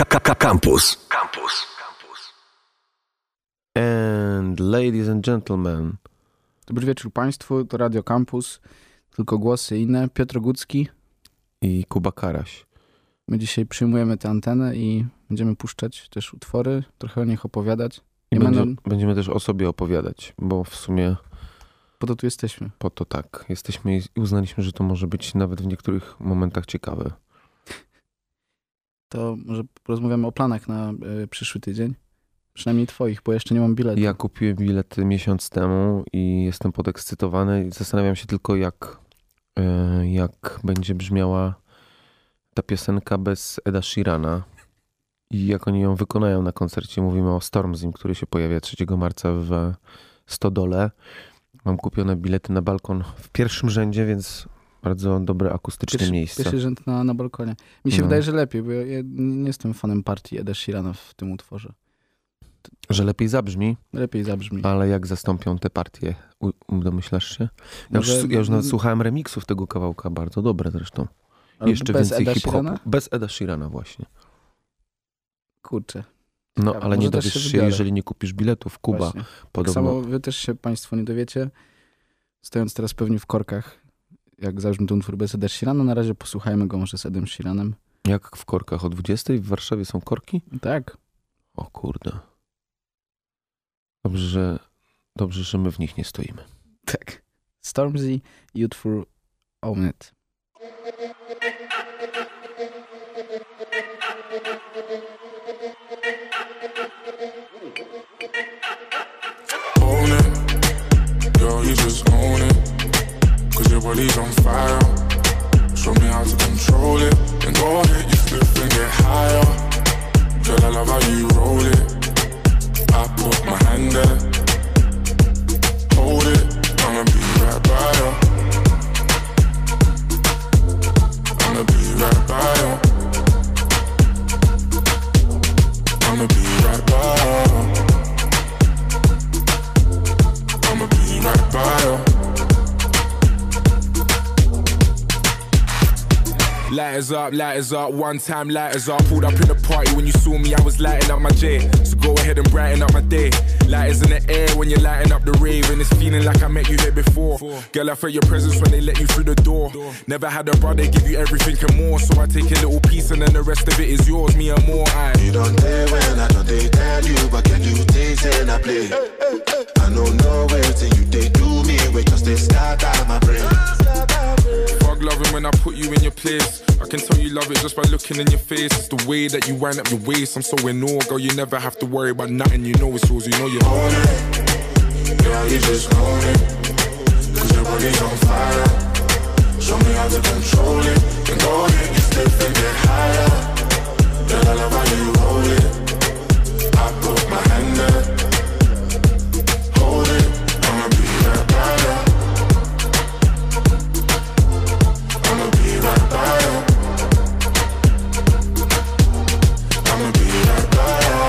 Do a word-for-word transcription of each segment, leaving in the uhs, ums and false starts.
Campus. Campus. And ladies and gentlemen. Dobry wieczór Państwu, to Radio Campus, tylko głosy inne. Piotr Ogucki i Kuba Karaś. My dzisiaj przyjmujemy tę antenę i będziemy puszczać też utwory, trochę o nich opowiadać. I będzie, będą... będziemy też o sobie opowiadać, bo w sumie... Po to tu jesteśmy. Po to tak. Jesteśmy i uznaliśmy, że to może być nawet w niektórych momentach ciekawe. To może porozmawiamy o planach na y, przyszły tydzień. Przynajmniej twoich, bo jeszcze nie mam biletu. Ja kupiłem bilety miesiąc temu i jestem podekscytowany. Zastanawiam się tylko, jak, y, jak będzie brzmiała ta piosenka bez Eda Sheerana i jak oni ją wykonają na koncercie. Mówimy o Stormzy, który się pojawia trzeciego marca w Stodole. Mam kupione bilety na balkon w pierwszym rzędzie, więc bardzo dobre akustyczne pierwszy, miejsce. Pierwszy rzęd na, na balkonie. Mi się no. wydaje, że lepiej, bo ja, ja nie jestem fanem partii Eda Sheerana w tym utworze. Że lepiej zabrzmi? Lepiej zabrzmi. Ale jak zastąpią te partie? U, domyślasz się? Ja, Może... już, ja już nawet słuchałem remiksów tego kawałka, bardzo dobre zresztą. Ale jeszcze bez więcej Eda hip-hopu. Sheerana? Bez Eda Sheerana właśnie. Kurczę. No, Ciekawe. ale Może nie dowiesz się, się jeżeli nie kupisz biletów. Kuba Właśnie. podobno. Tak samo wy też się Państwo nie dowiecie, stojąc teraz pewnie w korkach, jak zabrzmi ten utwór bez Eda Sheerana. Na razie posłuchajmy go może z Edem Sheeranem. Jak w korkach? O dwudziestej w Warszawie są korki? Tak. O kurde. Dobrze, że, dobrze, że my w nich nie stoimy. Tak. Stormzy, Youthful Own It. Own it, girl, you just own it. Cause your body's on fire. Show me how to control it. And go ahead, you flip and get higher. Girl, I love how you roll it. I put my hand there. Hold it, I'ma be right by you. I'ma be right by you. I'ma be right by you. I'ma be right by you. Lighters up, lighters up, one time lighters up. Pulled up in the party when you saw me, I was lighting up my J. So go ahead and brighten up my day. Lighters in the air when you're lighting up the rave. And it's feeling like I met you here before. Girl, I felt your presence when they let you through the door. Never had a brother give you everything and more. So I take a little piece and then the rest of it is yours, me and more. I You don't dare when I don't they tell you. But can you taste and I play? I know no way till you they do me. Wait just they start out my brain. Fuck loving when I put you in your place. I can tell you love it just by looking in your face. It's the way that you wind up your waist. I'm so in awe, girl, you never have to worry about nothing. You know it's yours, you know you own it. Girl, you just own it. Cause your body's on fire. Show me how to control it. And go ahead, you slip and get higher. Girl, I love how you roll it. I put my hand there. Hold it, I'ma be right by you. I'ma be right by you. I'ma be right by you.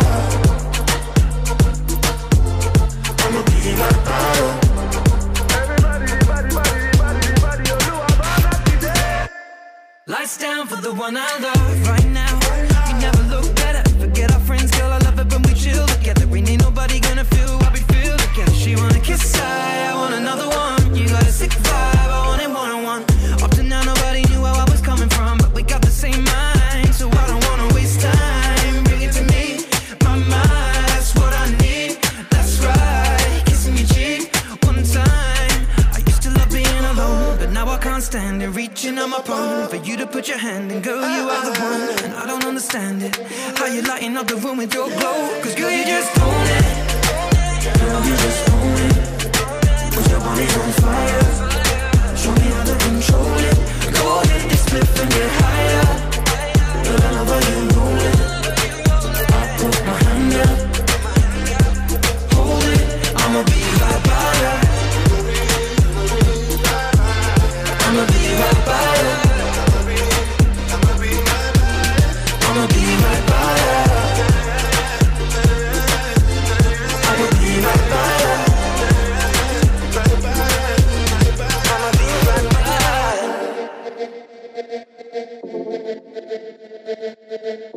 I'ma be right by you. Everybody, everybody, everybody, everybody, you know I'm not today. Lights down for the one I love right now. You never look better. Forget our friends, girl. I love it when we chill together. We ain't nobody gonna feel what we feel together. She wanna kiss, I, I want another one. You got a sick vibe, I want it one on one. Up to now, nobody knew where I was coming from, but we got the same mind, so I don't wanna waste time. Bring it to me, my mind, that's what I need. That's right, kissing your cheek one time. I used to love being alone, but now I can't stand it. Reaching on my phone for you to put your hand in, girl, you are the one, and I don't understand it. How you lighting up the room with your glow? Cause girl, you just own it. Girl, you just own it. Cause your body's on fire. Show me how to control it. Go ahead, you slip and get higher. Girl, I love how you roll it. I put my hand there. Hold it, I'ma be right by you. I'ma be right by you. I'ma be right by you. I'ma be right by you. I'ma be right by you.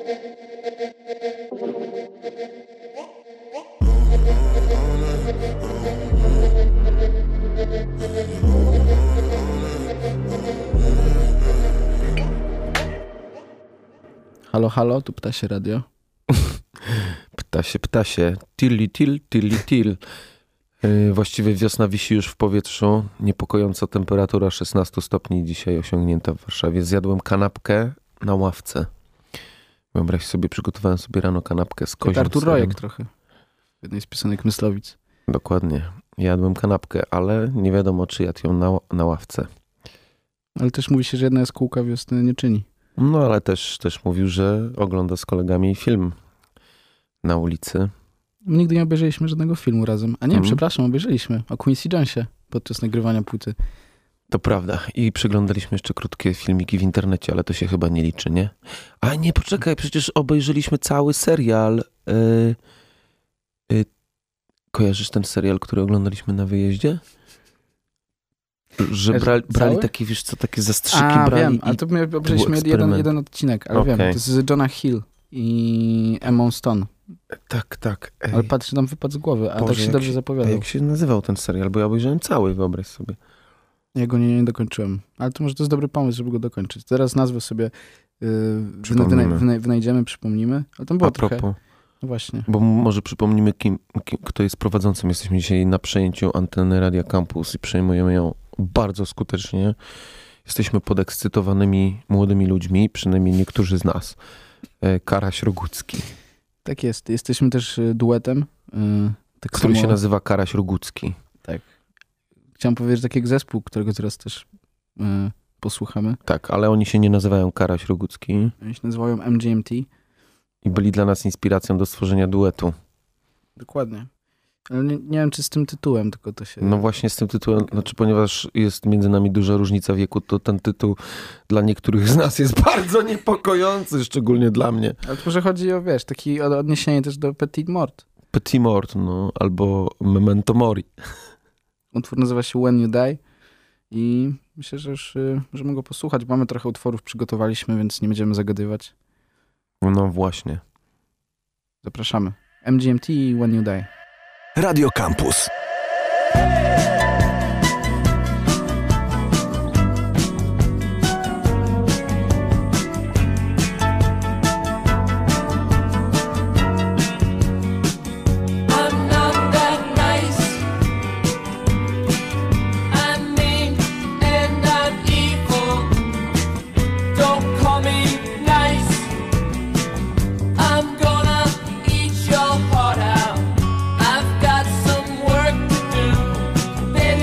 Halo, halo, tu Ptasie Radio. Ptasie, ptasie, tilli, til, tilli, til. Yy, właściwie wiosna wisi już w powietrzu. Niepokojąca temperatura szesnaście stopni dzisiaj osiągnięta w Warszawie. Zjadłem kanapkę na ławce. Wyobraź sobie, przygotowałem sobie rano kanapkę z koziem Jak Artur serem. Rojek trochę. W jednej z piosenek Myslowic. Dokładnie. Jadłem kanapkę, ale nie wiadomo, czy jadł ją na, na ławce. Ale też mówi się, że jedna jaskółka wiosny nie czyni. No ale też, też mówił, że ogląda z kolegami film na ulicy. My nigdy nie obejrzeliśmy żadnego filmu razem. A nie, Mhm. przepraszam, obejrzeliśmy o Quincy Jonesie podczas nagrywania płyty. To prawda. I przeglądaliśmy jeszcze krótkie filmiki w internecie, ale to się chyba nie liczy, nie? A nie, poczekaj, przecież obejrzeliśmy cały serial. Yy, yy, kojarzysz ten serial, który oglądaliśmy na wyjeździe? Że brali, brali Cały? takie, wiesz co, takie zastrzyki A, brali. wiem, i ale to my obejrzeliśmy jeden, eksperyment. jeden odcinek, ale Okej. wiem, to jest z Johna Hill i Emma Stone. Tak, tak. Ej, Ale patrz, tam wypadł z głowy, a Boże, tak się jak dobrze się- a zapowiadał. jak się nazywał ten serial? Bo ja obejrzałem cały, wyobraź sobie. Ja go nie, nie dokończyłem. Ale to może to jest dobry pomysł, żeby go dokończyć. Teraz nazwę sobie yy, wyna, Przypomnimy. wyna, wyna, wynajdziemy, przypomnimy. Ale tam było A propos, trochę... No właśnie. bo może przypomnimy, kim, kim, kto jest prowadzącym. Jesteśmy dzisiaj na przejęciu anteny Radia Campus i przejmujemy ją bardzo skutecznie. Jesteśmy podekscytowanymi młodymi ludźmi, przynajmniej niektórzy z nas. E, Karaś Rogucki, Tak jest. Jesteśmy też y, duetem. Y, tak który samo, się nazywa Karaś Rogucki. Chciałem powiedzieć tak jak zespół, którego teraz też y, posłuchamy. Tak, ale oni się nie nazywają Karaś Rogucki Oni się nazywają M G M T. i byli dla nas inspiracją do stworzenia duetu. Dokładnie. Ale nie, nie wiem, czy z tym tytułem, tylko to się... No właśnie z tym tytułem, znaczy ponieważ jest między nami duża różnica wieku, to ten tytuł dla niektórych z nas jest bardzo niepokojący, szczególnie dla mnie. Ale to może chodzi o, wiesz, takie od- odniesienie też do Petit Mort. Petit Mort, no, albo Memento Mori. Utwór nazywa się When You Die i myślę, że już y, możemy go posłuchać. Mamy trochę utworów, przygotowaliśmy, więc nie będziemy zagadywać. No właśnie. Zapraszamy. M G M T i When You Die. Radio Campus. I'm not that nice. I'm mean and I'm evil. Don't call me nice. I'm gonna eat your heart out. I've got some work to do. Been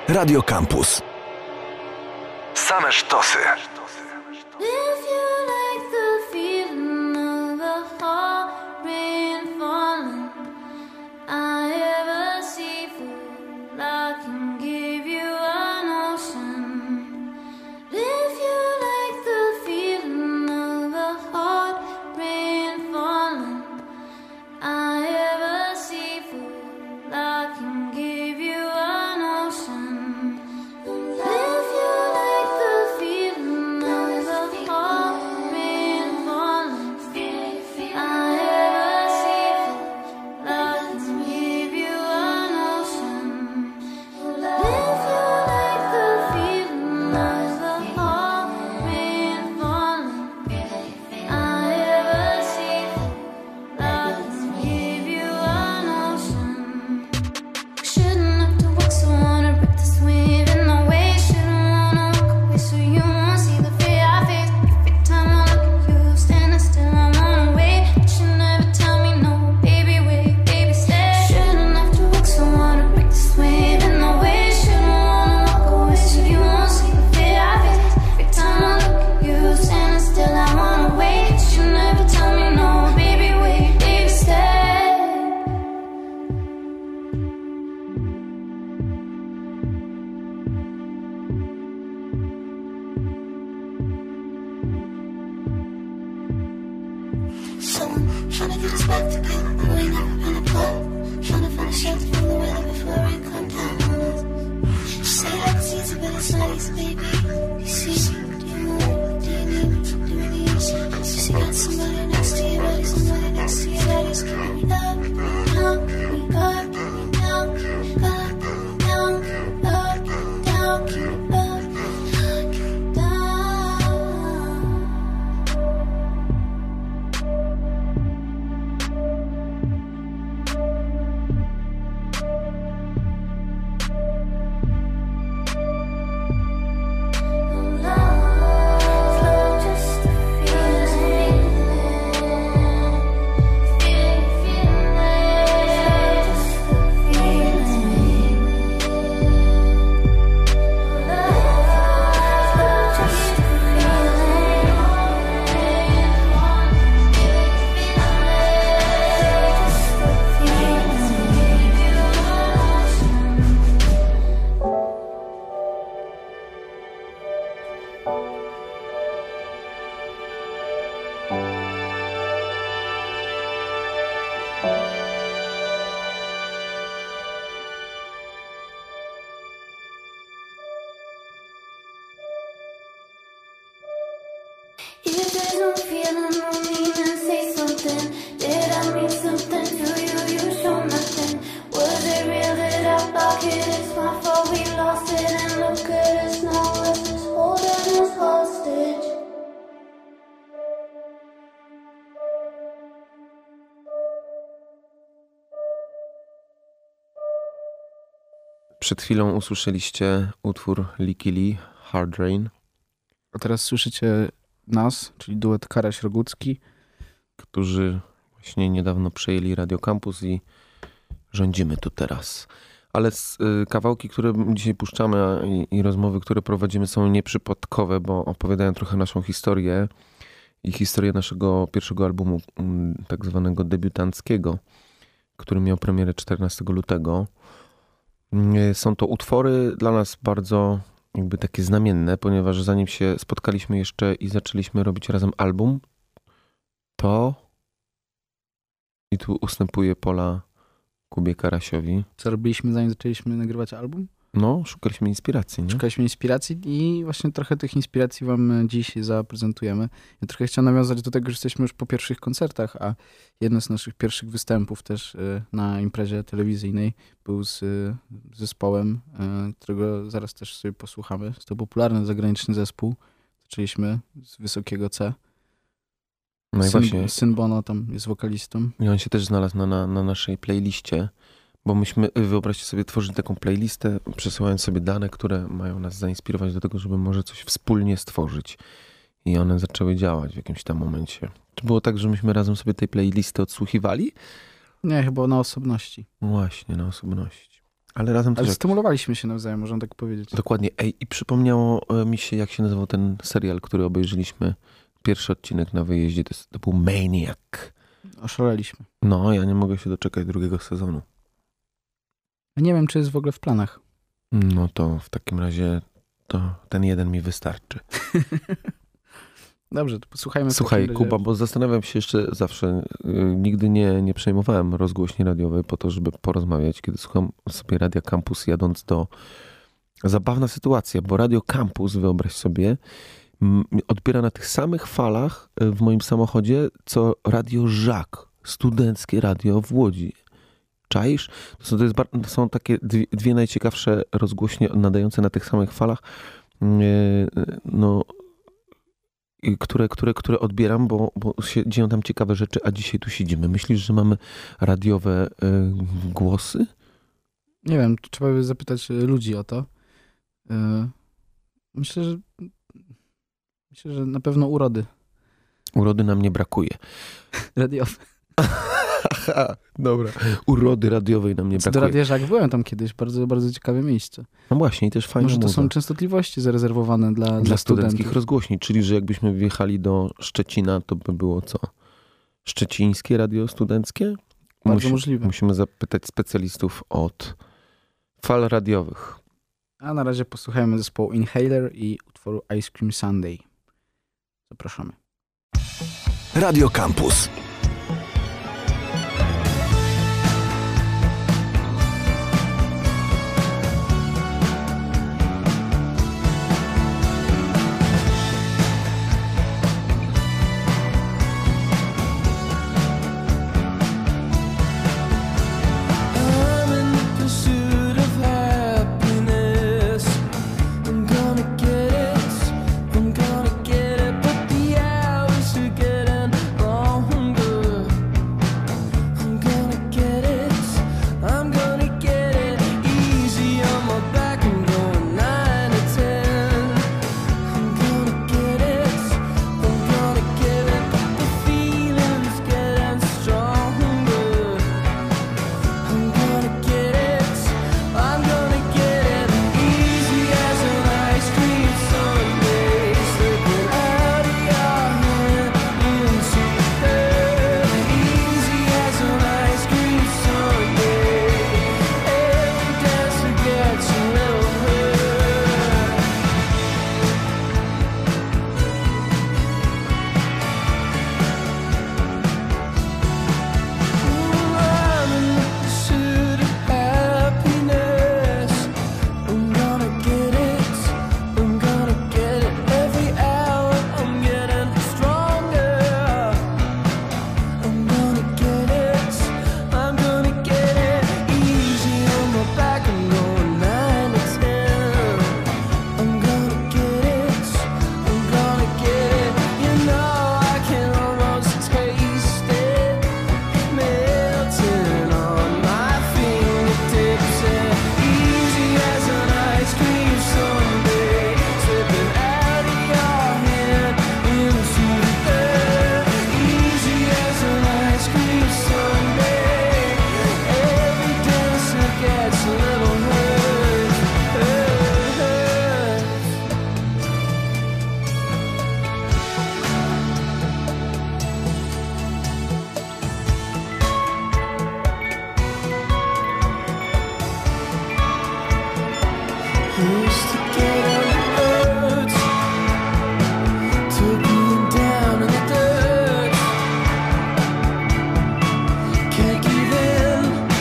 Radio Campus. Same sztosy. If you like the feeling of a hot rain falling, I have a seafood I can give you an ocean. If you like the feeling of a hot rain falling, I have a seafood I can give you an ocean. If you like the feeling of a hot rain falling, I have a seafood I can give you an ocean. If you like the feeling of a hot rain falling, I have a seafood I can give you an ocean. Shouldn't have to walk, so wanna break this wave in the way. Shouldn't wanna walk away, so you won't see the fear I face. Every time I look at you, standing still, I wanna wait, but you never tell me no. Baby, wait, baby, stay. Shouldn't have to walk, so wanna break this wave in the way. Shouldn't wanna walk away, so you won't see the fear I face. Every time I look at you, standing still, I wanna wait, but you never tell me no. Baby, wait, baby, stay. Someone tryna get us back together, but we never been apart. Tryna find a shelter from the weather before rain come down on us. You say that it's easy, but it's not easy, baby. You see, do you want, do you need, do you really use? Since you got somebody next to you, buddy, somebody next to you that is keeping me up, down, keep me up, keep me down, keep me up, down, keep me up, down, keep me up, keep me down. If there's no feeling, no meaning, say something. Did I mean something to you? You show nothing. Was it real that I blocked it? It's my fault we lost it. And look at us now, us just holding us hostage. Przed chwilą usłyszeliście utwór Licky Lee, Hard Rain, A teraz słyszycie nas, czyli duet Karaś-Rogucki. którzy właśnie niedawno przejęli Radio Campus i rządzimy tu teraz. Ale s- y, kawałki, które dzisiaj puszczamy i, i rozmowy, które prowadzimy, są nieprzypadkowe, bo opowiadają trochę naszą historię i historię naszego pierwszego albumu, mm, tak zwanego debiutanckiego, który miał premierę czternastego lutego. Y, Są to utwory dla nas bardzo jakby takie znamienne, ponieważ zanim się spotkaliśmy jeszcze i zaczęliśmy robić razem album, to i tu ustępuje pola Kubie Karasiowi. Co robiliśmy, zanim zaczęliśmy nagrywać album? No, szukaliśmy inspiracji, nie? Szukaliśmy inspiracji i właśnie trochę tych inspiracji wam dziś zaprezentujemy. Ja trochę chciałem nawiązać do tego, że jesteśmy już po pierwszych koncertach, a jeden z naszych pierwszych występów też y, na imprezie telewizyjnej był z y, zespołem, y, którego zaraz też sobie posłuchamy. Jest to popularny zagraniczny zespół. Zaczęliśmy z wysokiego C. No i Syn, właśnie, syn Bono tam jest wokalistą. i on się też znalazł na, na, na naszej playliście, bo myśmy, wyobraźcie sobie, tworzyli taką playlistę, przesyłając sobie dane, które mają nas zainspirować do tego, żeby może coś wspólnie stworzyć. I one zaczęły działać w jakimś tam momencie. Czy było tak, że myśmy razem sobie tej playlisty odsłuchiwali? Nie, chyba na osobności. Właśnie, na osobności. Ale razem Ale też... stymulowaliśmy się nawzajem, można tak powiedzieć. Dokładnie. Ej, i przypomniało e, mi się, jak się nazywał ten serial, który obejrzeliśmy. Pierwszy odcinek na wyjeździe, to, jest, to był Maniac. Oszaleliśmy. No, ja nie mogę się doczekać drugiego sezonu. Nie wiem, czy jest w ogóle w planach. No to w takim razie to ten jeden mi wystarczy. Dobrze, to posłuchajmy. w Słuchaj, takim razie. Kuba, bo zastanawiam się jeszcze zawsze, y, nigdy nie, nie przejmowałem rozgłośni radiowej po to, żeby porozmawiać, kiedy słucham sobie Radia Campus jadąc do... Zabawna sytuacja, bo Radio Campus, wyobraź sobie, m, odbiera na tych samych falach y, w moim samochodzie, co Radio Żak, studenckie radio w Łodzi. Czaisz? To są, to jest, bar- to są takie dwie, dwie najciekawsze rozgłośnie nadające na tych samych falach, y, y, no... i które, które, które odbieram, bo, bo się dzieją tam ciekawe rzeczy, a dzisiaj tu siedzimy. Myślisz, że mamy radiowe y, głosy? Nie wiem, trzeba by zapytać y, ludzi o to. Y, Myślę, że myślę, że na pewno urody Urody nam nie brakuje. radiowe. Aha, dobra. Urody radiowej nam nie Do brakuje. Radia Żak byłem tam kiedyś, bardzo, bardzo ciekawe miejsce. No właśnie, i też fajna Może to muza. są częstotliwości zarezerwowane dla, dla, Dla studenckich studentów. rozgłośni, czyli że jakbyśmy wjechali do Szczecina, to by było co? Szczecińskie radio studenckie? Bardzo możliwe. Musimy zapytać specjalistów od fal radiowych. A na razie posłuchajmy zespołu Inhaler i utworu Ice Cream Sunday. Zapraszamy. Radio Campus. I'm in the pursuit of happiness. I'm gonna get it, I'm gonna get it, but the hours are getting longer. I'm gonna get it, I'm gonna get it, easy on my back, I'm going nine to ten. I'm gonna get it, I'm gonna get it, but the feeling's getting stronger. I'm gonna get it, I'm gonna get it, easy as an ice cream sundae, slipping out of your hand into the bed. Easy as an ice cream sundae, every dancer gets a little hurt. I'm in the pursuit of happiness. I'm gonna get it, I'm gonna get it. Every hour I'm getting stronger. I'm gonna get it, I'm gonna get it. Easy on my back, I'm going nine to ten. I'm gonna get it, I'm gonna get it. You know I can almost taste it, melting on my fingertips, and easy as an ice cream sundae, slipping out of your hand into the bed. Easy as an ice cream sundae, every dancer gets a little hurt, hurt, hurt. Used to get alert to being down in the dirt. Can't give in,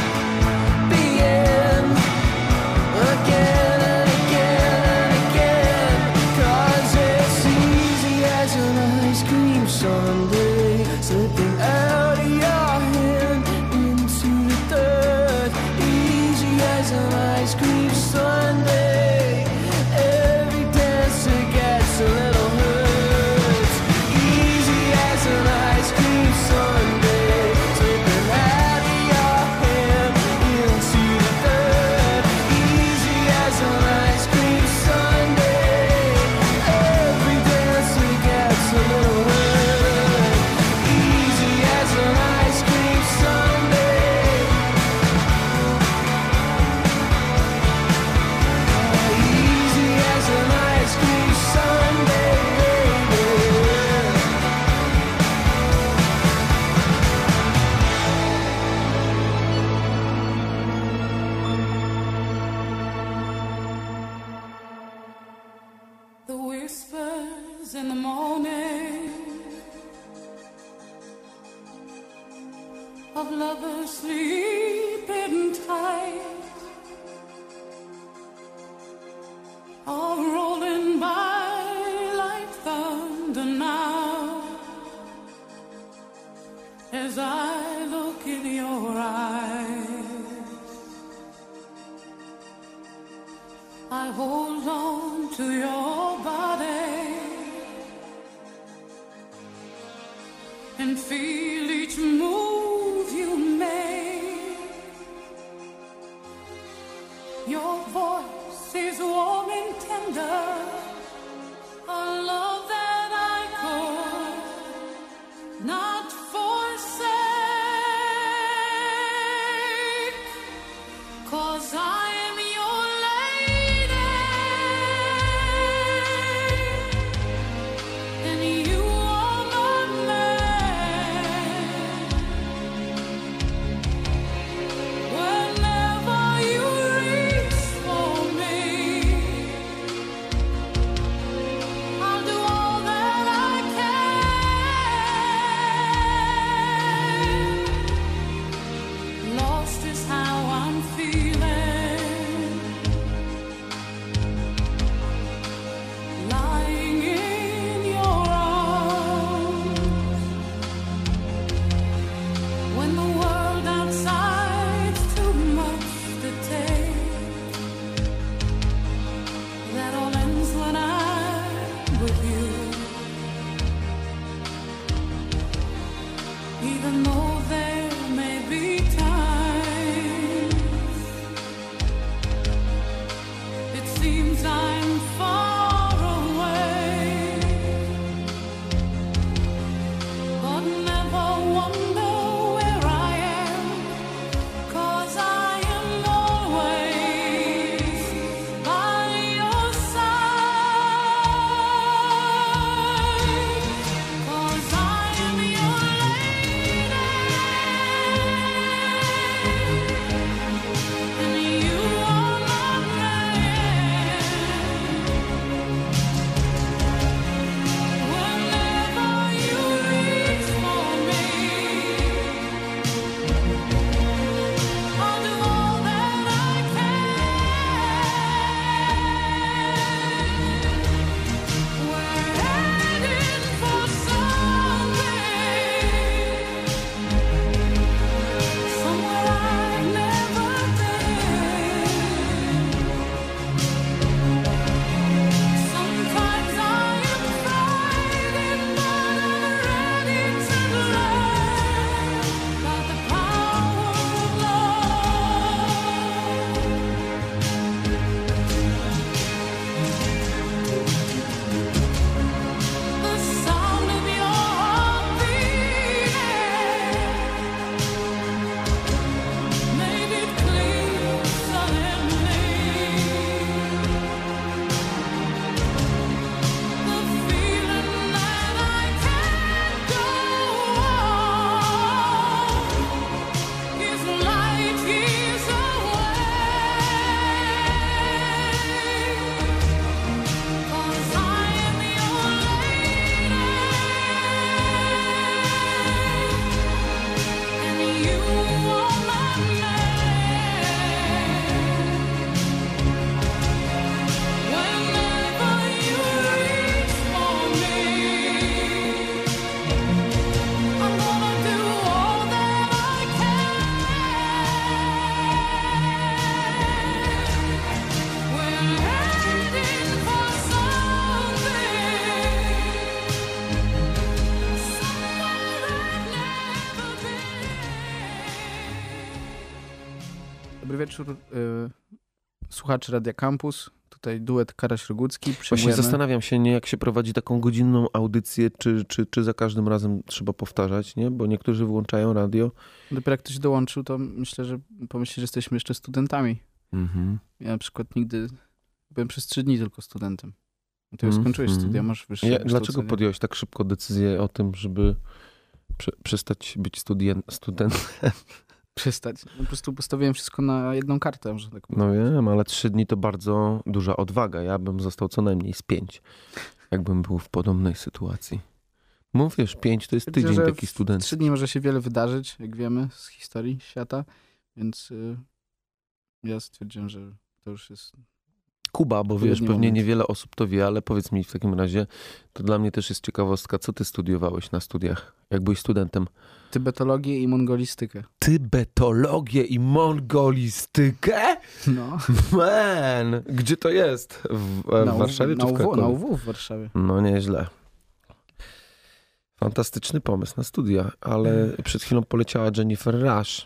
begin again and again and again. 'Cause it's easy as an ice cream sundae, slipping out of your hand into the dirt. Easy as an ice cream sundae, every dancer gets a little hurt. Easy as an ice cream sundae, slipping out of your hand into the dirt. Easy as an ice cream sundae, every dancer gets a little hurt. Easy as an ice cream sundae. lovers sleeping tight are rolling by like thunder now. As I look in your eyes, I hold on to your body and feel each move you make. Your voice is warm and tender, a love that I could not forsake, 'cause I am your lady and you are my man. Whenever you reach for me, I'll do all that I can. Lost is how I'm feeling, lying in your arms. When the world outside's too much to take, that all ends when I'm with you. Even though there may be times it seems I'm far away, but never wonder where I am, 'cause I am always by your side, 'cause I am your lady and you are my man. Whenever you reach for me, I'll do all that I can. We're heading for something, somewhere I've never been. Sometimes I am frightened, but I'm ready to learn about the power of love. The sound of your heart beating made it clear suddenly. The feeling that I can't go on is light years away, 'cause I am your lady and you are my man. Whenever you reach for me, I'm gonna do all that I can. We're heading for something, somewhere I've never been. Dobry wieczór, y, słuchacze Radia Campus. Tutaj duet Karaś-Rogucki. Właśnie Przyjmujemy- zastanawiam się, nie, jak się prowadzi taką godzinną audycję, czy, czy, czy za każdym razem trzeba powtarzać, nie? Bo niektórzy wyłączają radio. Dopiero jak ktoś dołączył, to myślę, że pomyśli, że jesteśmy jeszcze studentami. Mhm. Ja na przykład nigdy byłem przez trzy dni tylko studentem. Ty już Mhm. skończyłeś studia, masz wyższe Ja, wykształcenie. dlaczego podjąłeś tak szybko decyzję o tym, żeby prze, przestać być studien, studentem? Przestać. Po prostu postawiłem wszystko na jedną kartę, że tak powiem. No wiem, ale trzy dni to bardzo duża odwaga. Ja bym został co najmniej z pięć, jakbym był w podobnej sytuacji. Mówisz, pięć to jest Stwierdziłem, tydzień że taki w student. Trzy dni może się wiele wydarzyć, jak wiemy, z historii świata, więc y, ja stwierdziłem, że to już jest... Kuba, bo wiesz, Odpowiedni pewnie moment. niewiele osób to wie, ale powiedz mi w takim razie, to dla mnie też jest ciekawostka, co ty studiowałeś na studiach, jak byłeś studentem? Tybetologię i mongolistykę. Tybetologię i mongolistykę? No. Man, gdzie to jest? W, e, w U- Warszawie na czy w U W, na Krakowie? U W w Warszawie. No nieźle. Fantastyczny pomysł na studia, ale przed chwilą poleciała Jennifer Rush.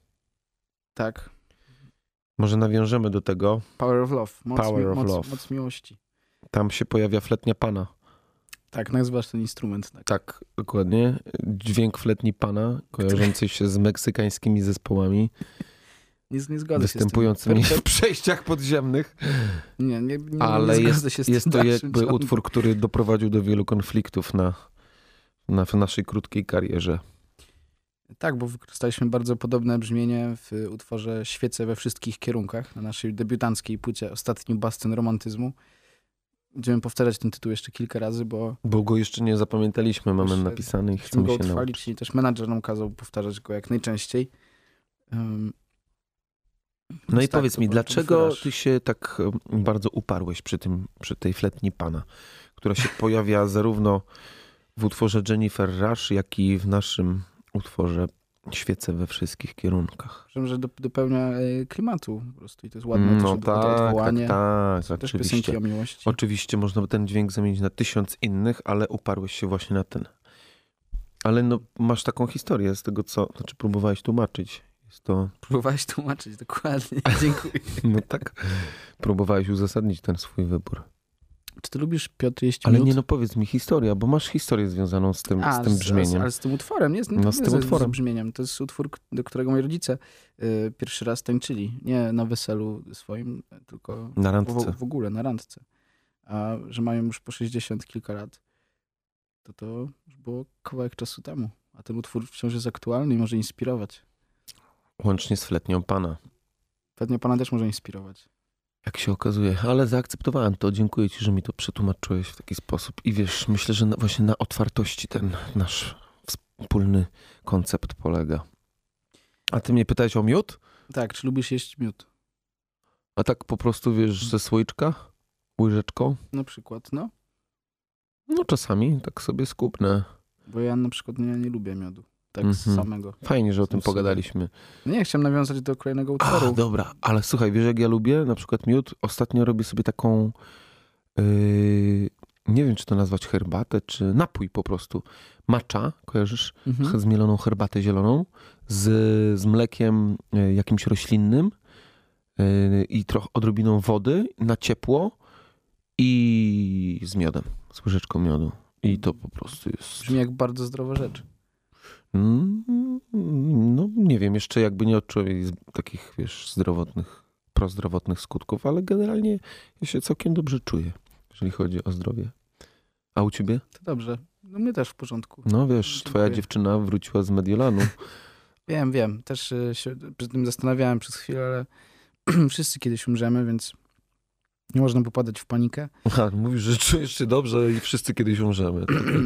Tak. Może nawiążemy do tego. Power of Love. Moc, Power mi- of moc, Love. moc miłości. Tam się pojawia fletnia pana. Tak, nazywasz ten instrument. Tak. Tak, dokładnie. Dźwięk fletni pana, kojarzący się z meksykańskimi zespołami, Nie, nie zgodzę występującymi się z tym. w przejściach podziemnych. Nie, nie, nie, Ale nie jest, zgodzę się z jest tym to dalszym jakby ciągiem. utwór, który doprowadził do wielu konfliktów na, na, w naszej krótkiej karierze. Tak, bo wykorzystaliśmy bardzo podobne brzmienie w utworze Świece we wszystkich kierunkach na naszej debiutanckiej płycie Ostatni bastion romantyzmu. Będziemy powtarzać ten tytuł jeszcze kilka razy, bo Bo go jeszcze nie zapamiętaliśmy, mamy Jeszcze napisany i myśmy chcemy go się nauczyć. utrwalić i też menadżer nam kazał powtarzać go jak najczęściej. Um, No i więc tak, powiedz to mi, był dlaczego Jennifer ty Rush. się tak em, bardzo uparłeś przy, tym, przy tej fletni pana, która się pojawia zarówno w utworze Jennifer Rush, jak i w naszym utworze Świece we wszystkich kierunkach. Uważam, że do, dopełnia e, klimatu po prostu i to jest ładne No też od, tak, tak, odwołanie. tak, Są też oczywiście. piosenki o miłości. Oczywiście można by ten dźwięk zamienić na tysiąc innych, ale uparłeś się właśnie na ten. Ale no, masz taką historię z tego, co znaczy próbowałeś tłumaczyć. Jest to, Próbowałeś tłumaczyć, dokładnie. Dziękuję. no tak, próbowałeś uzasadnić ten swój wybór. Czy ty lubisz, Piotr, jeść Ale miód? nie, no powiedz mi historia, bo masz historię związaną z tym, A, z tym brzmieniem. Ale z tym utworem, nie? Z, No, nie z tym z, utworem. Z brzmieniem. To jest utwór, k- do którego moi rodzice y, pierwszy raz tańczyli. Nie na weselu swoim, tylko Na w, randce. w ogóle na randce. A że mają już po sześćdziesiąt kilka lat, to to już było kawałek czasu temu. A ten utwór wciąż jest aktualny i może inspirować. Łącznie z fletnią pana. Pewnie pana też może inspirować. Jak się okazuje, ale zaakceptowałem to. Dziękuję ci, że mi to przetłumaczyłeś w taki sposób. I wiesz, myślę, że na, właśnie na otwartości ten nasz wspólny koncept polega. A ty mnie pytałeś o miód? Tak, czy lubisz jeść miód? A tak po prostu, wiesz, ze słoiczka? Łyżeczką? Na przykład, no. No czasami tak sobie skupnę. Bo ja na przykład nie, nie lubię miodu. Tak Mhm. samego. Fajnie, że o Sam tym sobie. pogadaliśmy. No nie, chciałem nawiązać do kolejnego A, utworu. dobra, ale słuchaj, wiesz jak ja lubię na przykład miód? Ostatnio robię sobie taką, yy, nie wiem czy to nazwać herbatę, czy napój po prostu. Matcha, kojarzysz? Mhm. Zmieloną herbatę zieloną z, z mlekiem y, jakimś roślinnym y, i trochę odrobiną wody na ciepło i z miodem, z łyżeczką miodu. I to po prostu jest... Brzmi jak bardzo zdrowa rzecz. Mm, No nie wiem, jeszcze jakby nie odczułem z- takich, wiesz, zdrowotnych, prozdrowotnych skutków, ale generalnie ja się całkiem dobrze czuję, jeżeli chodzi o zdrowie. A u ciebie? To dobrze. No my też w porządku. No wiesz, twoja Dziękuję. dziewczyna wróciła z Mediolanu. Wiem, wiem. Też y, się przy tym zastanawiałem przez chwilę, ale wszyscy kiedyś umrzemy, więc nie można popadać w panikę. Aha, mówisz, że czujesz się dobrze i wszyscy kiedyś umrzemy.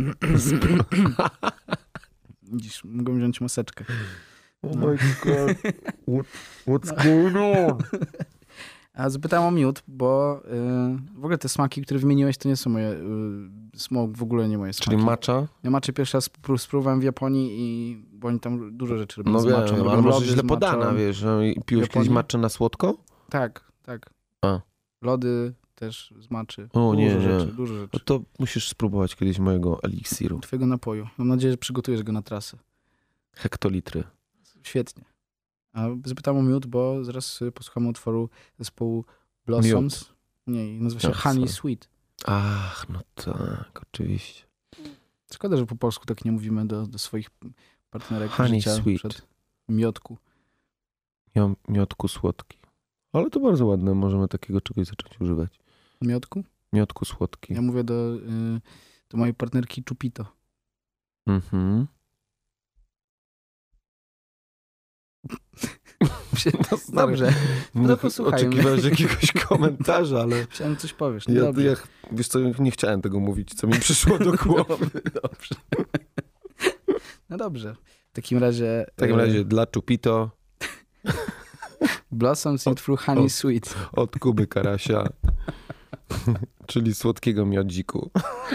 Dziś mogę wziąć maseczkę. Oh No. my god, What, what's going on? A zapytałem o miód, bo y, w ogóle te smaki, które wymieniłeś, to nie są moje, y, smok w ogóle nie moje smaki. Czyli matcha? Ja maczy pierwszy raz spró- spróbowałem w Japonii i bo oni tam dużo rzeczy robią No z wiem, matchą. Robią ale może lody źle z podana, matchą. wiesz, no i piłeś Japonii? kiedyś matchę na słodko? Tak, tak. A. Lody też z maczy. O, dużo nie, nie. rzeczy, dużo No rzeczy. to musisz spróbować kiedyś mojego eliksiru. Twojego napoju. Mam nadzieję, że przygotujesz go na trasę. Hektolitry. Świetnie. A zapytam o miód, bo zaraz y, posłuchamy utworu zespołu Blossoms. Nie, nazywa się Ja, Honey sorry. Sweet. Ach, no tak, oczywiście. Szkoda, że po polsku tak nie mówimy do, do swoich partnerek Honey życia. Sweet. Przed miodku. Mią- Miodku słodki. Ale to bardzo ładne, możemy takiego czegoś zacząć używać. Miodku? Miodku słodki. Ja mówię do, y, do mojej partnerki Chupito. Mhm. Dobrze, no No, posłuchajmy. oczekiwałeś jakiegoś komentarza, ale Myślałem, coś powiesz. No ja, dobrze. ja, wiesz co, nie chciałem tego mówić, co mi przyszło do głowy. Dobrze. No dobrze. W takim razie... W takim e, razie dla Chupito Blossoms in Through Honey o. Sweet. od Kuby Karasia, czyli słodkiego miodziku.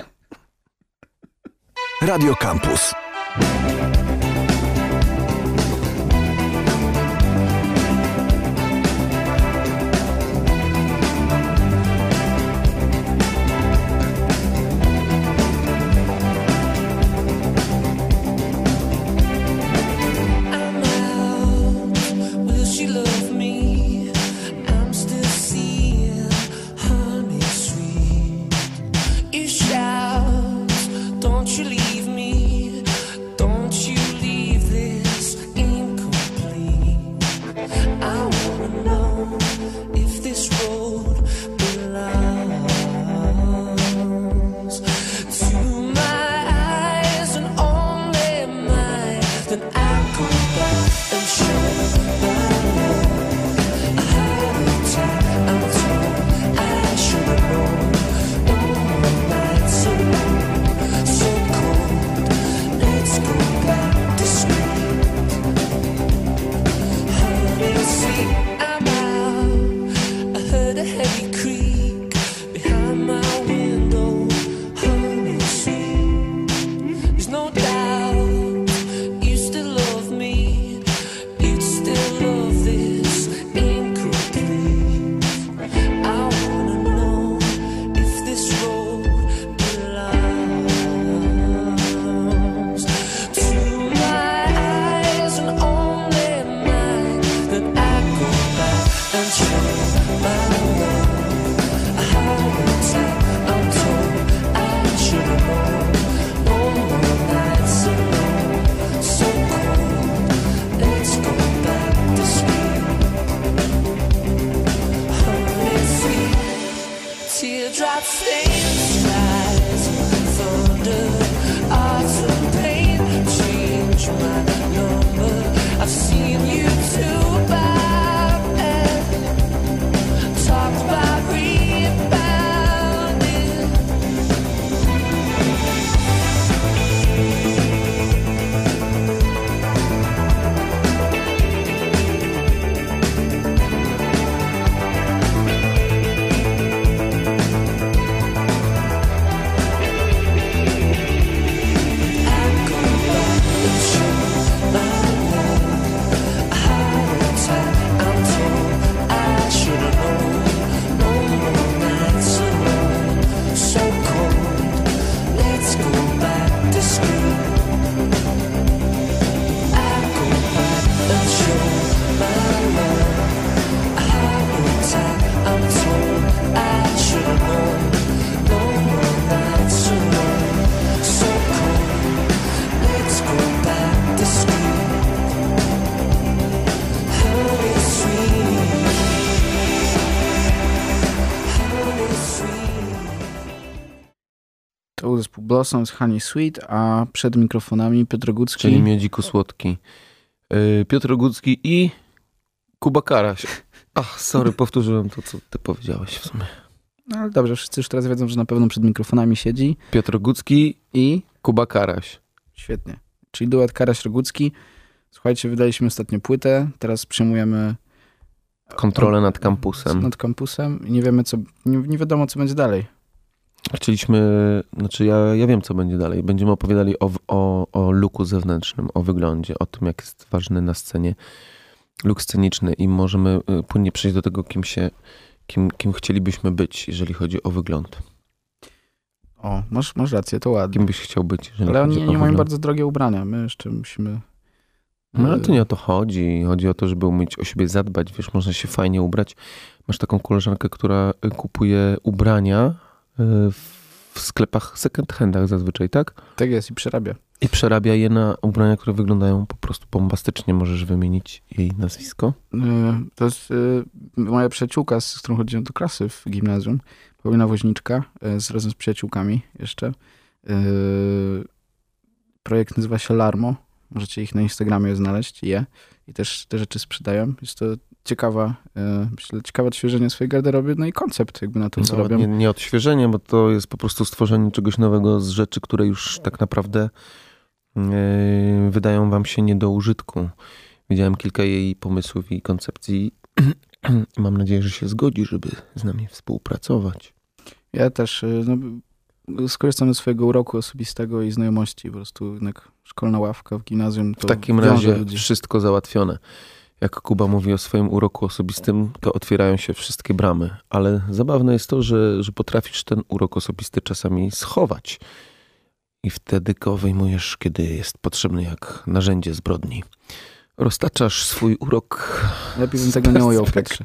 Radio Campus. I'm out. Will she love me? I'm still seeing honey sweet. You shout, don't you leave me? Don't you leave this incomplete? I wanna know if this road belongs to my eyes and only mine. Then I'll go back and show my love a heart attack. I'm told I should have known. No more nights alone, so cold. Let's go back to sleep. Honey, see, I'm out. I heard a heavy creak behind my window. Honey, sweet. There's no doubt you still love me. You'd still love this incomplete. I wanna know if this road belongs to my eyes and only mine. Then I go back and show my love a heart attack. I'm told I should have known. No more nights alone, so cold. Let's go back to sleep. Honey, sweet. Teardrops stain skies, thunder, autumn pain. Change my number. I've seen you too bad. Talk about rebounding. To był zespół Blossoms, Honey Sweet, a przed mikrofonami Piotr Gucki. Czyli miodziku słodki. Yy, Piotr Gucki i Kuba Karaś. Ach, sorry, powtórzyłem to, co ty powiedziałeś w sumie. No ale dobrze, wszyscy już teraz wiedzą, że na pewno przed mikrofonami siedzi Piotr Gucki i... Kuba Karaś. Świetnie. Czyli duet Karaś-Rogucki. Słuchajcie, wydaliśmy ostatnio płytę, teraz przejmujemy Kontrolę nad kampusem. nad kampusem i nie wiemy, co, nie, nie wiadomo, co będzie dalej. Chcieliśmy, znaczy ja, ja wiem, co będzie dalej. Będziemy opowiadali o, o, o looku zewnętrznym, o wyglądzie, o tym, jak jest ważny na scenie look sceniczny i możemy y, płynnie przejść do tego, kim się, kim, kim chcielibyśmy być, jeżeli chodzi o wygląd. O, masz, masz rację, to ładnie. Kim byś chciał być, jeżeli Ale chodzi oni o nie mają wygląd. bardzo drogie ubrania, my jeszcze musimy... No ale to nie o to chodzi. Chodzi o to, żeby umieć o siebie zadbać. Wiesz, można się fajnie ubrać. Masz taką koleżankę, która kupuje ubrania w sklepach second handach zazwyczaj, tak? Tak jest i przerabia. I przerabia je na ubrania, które wyglądają po prostu bombastycznie. Możesz wymienić jej nazwisko? To jest moja przyjaciółka, z którą chodziłem do klasy w gimnazjum. Paulina Woźniczka, z, razem z przyjaciółkami jeszcze. Projekt nazywa się Larmo. Możecie ich na Instagramie znaleźć, je. I też te rzeczy sprzedają. Jest to ciekawa, e, myślę, ciekawe odświeżenie swojej garderoby, no i koncept jakby na to, co Nawet robią. nie, nie odświeżenie, bo to jest po prostu stworzenie czegoś nowego z rzeczy, które już tak naprawdę yy, wydają wam się nie do użytku. Widziałem kilka jej pomysłów i koncepcji. Mam nadzieję, że się zgodzi, żeby z nami współpracować. Ja też e, no, skorzystam ze swojego uroku osobistego i znajomości. Po prostu jednak szkolna ławka w gimnazjum to W takim wiąże razie ludzi. wszystko załatwione. Jak Kuba mówi o swoim uroku osobistym, to otwierają się wszystkie bramy. Ale zabawne jest to, że, że potrafisz ten urok osobisty czasami schować. I wtedy go wyjmujesz, kiedy jest potrzebny jak narzędzie zbrodni. Roztaczasz swój urok. Lepiej bym tego nie ujął, Piotrze.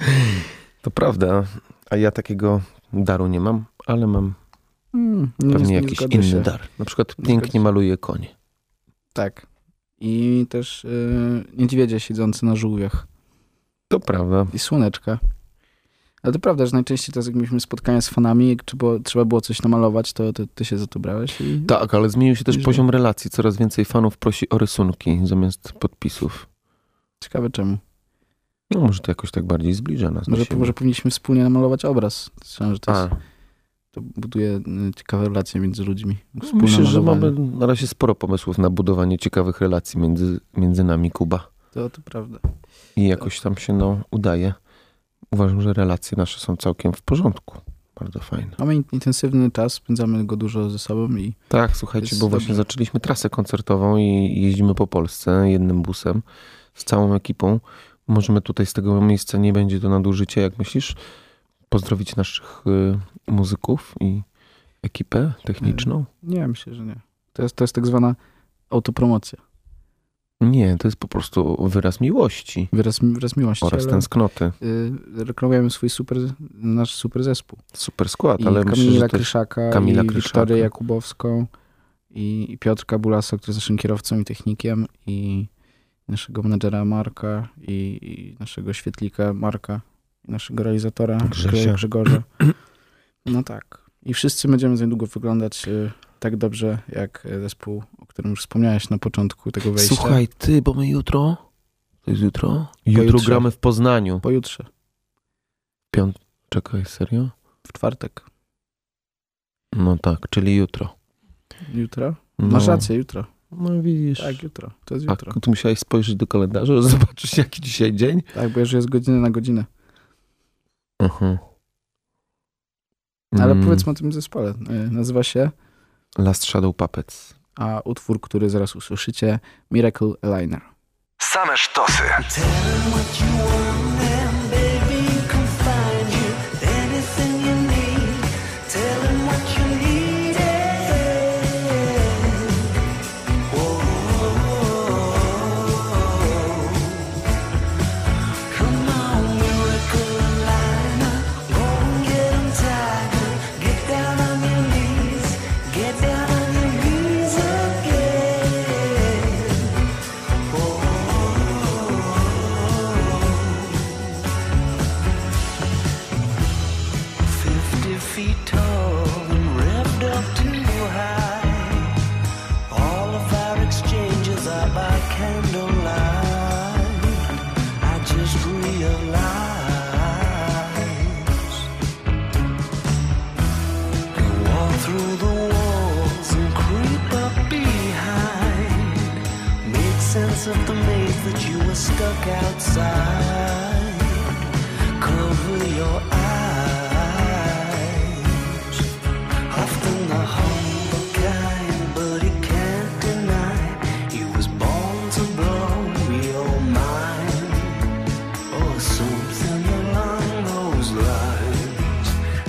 To prawda, a ja takiego daru nie mam, ale mam Hmm, nie, pewnie nie jakiś zgodzę inny się. dar. Na przykład Nie pięknie zgodzę się. maluję konie. Tak. I też y, niedźwiedzie siedzące na żółwiach. To prawda. I słoneczka. Ale to prawda, że najczęściej teraz jak mieliśmy spotkania z fanami, jak trzeba, trzeba było coś namalować, to, to ty się za to brałeś. I... Tak, ale zmienił się też Nieźle. poziom relacji. Coraz więcej fanów prosi o rysunki zamiast podpisów. Ciekawe czemu. No może to jakoś tak bardziej zbliża nas do Może, siebie. może powinniśmy wspólnie namalować obraz. Słyszałem, że to, jest, A, to buduje y, ciekawe relacje między ludźmi. Wspólne myślę, że malowanie. mamy na razie sporo pomysłów na budowanie ciekawych relacji między, między nami, Kuba. To, to prawda. I jakoś tam się no udaje. Uważam, że relacje nasze są całkiem w porządku. Bardzo fajne. Mamy in- intensywny czas, spędzamy go dużo ze sobą i Tak, słuchajcie, Jest bo właśnie dobrze. zaczęliśmy trasę koncertową i jeździmy po Polsce jednym busem z całą ekipą. Możemy tutaj z tego miejsca, nie będzie to nadużycie, jak myślisz, pozdrowić naszych y, muzyków i ekipę techniczną? nie, myślę, że nie. To jest, to jest tak zwana autopromocja. Nie, to jest po prostu wyraz miłości Wyraz, wyraz miłości. oraz ale, tęsknoty. y, reklamujemy swój super, nasz super zespół. Super skład, I ale myślę, Kamila że też Kryszaka, Kamila i Kryszaka. Wiktorię Jakubowską, i, i Piotrka Bulasa, który jest naszym kierowcą i technikiem, i naszego menedżera Marka, i, i naszego świetlika Marka, i naszego realizatora Grzesia. Grzegorza. No tak. I wszyscy będziemy za niedługo wyglądać y, tak dobrze, jak y, zespół, o którym już wspomniałeś na początku tego wejścia. Słuchaj, ty, bo my jutro, to jest jutro? Jutro Pojutrze. gramy w Poznaniu. Pojutrze, Piąt... Czekaj, serio? w czwartek. No tak, czyli jutro. Jutro? No, Masz rację, jutro. No widzisz. Tak, jutro. To jest A jutro. tu musiałeś spojrzeć do kalendarza, żeby zobaczyć jaki dzisiaj dzień? Tak, bo już jest godzina na godzinę. Mhm. Ale Mm, powiedzmy o tym zespole. Y, Nazywa się, Last Shadow Puppets. a utwór, który zaraz usłyszycie, Miracle Aligner. Same sztosy. Fifty feet tall and revved up too high. All of our exchanges are by candlelight. I just realized you walk through the walls and creep up behind. Make sense of the maze that you were stuck outside. Cover your eyes. Often the humble kind, but he can't deny he was born to blow your mind, or something along those lines.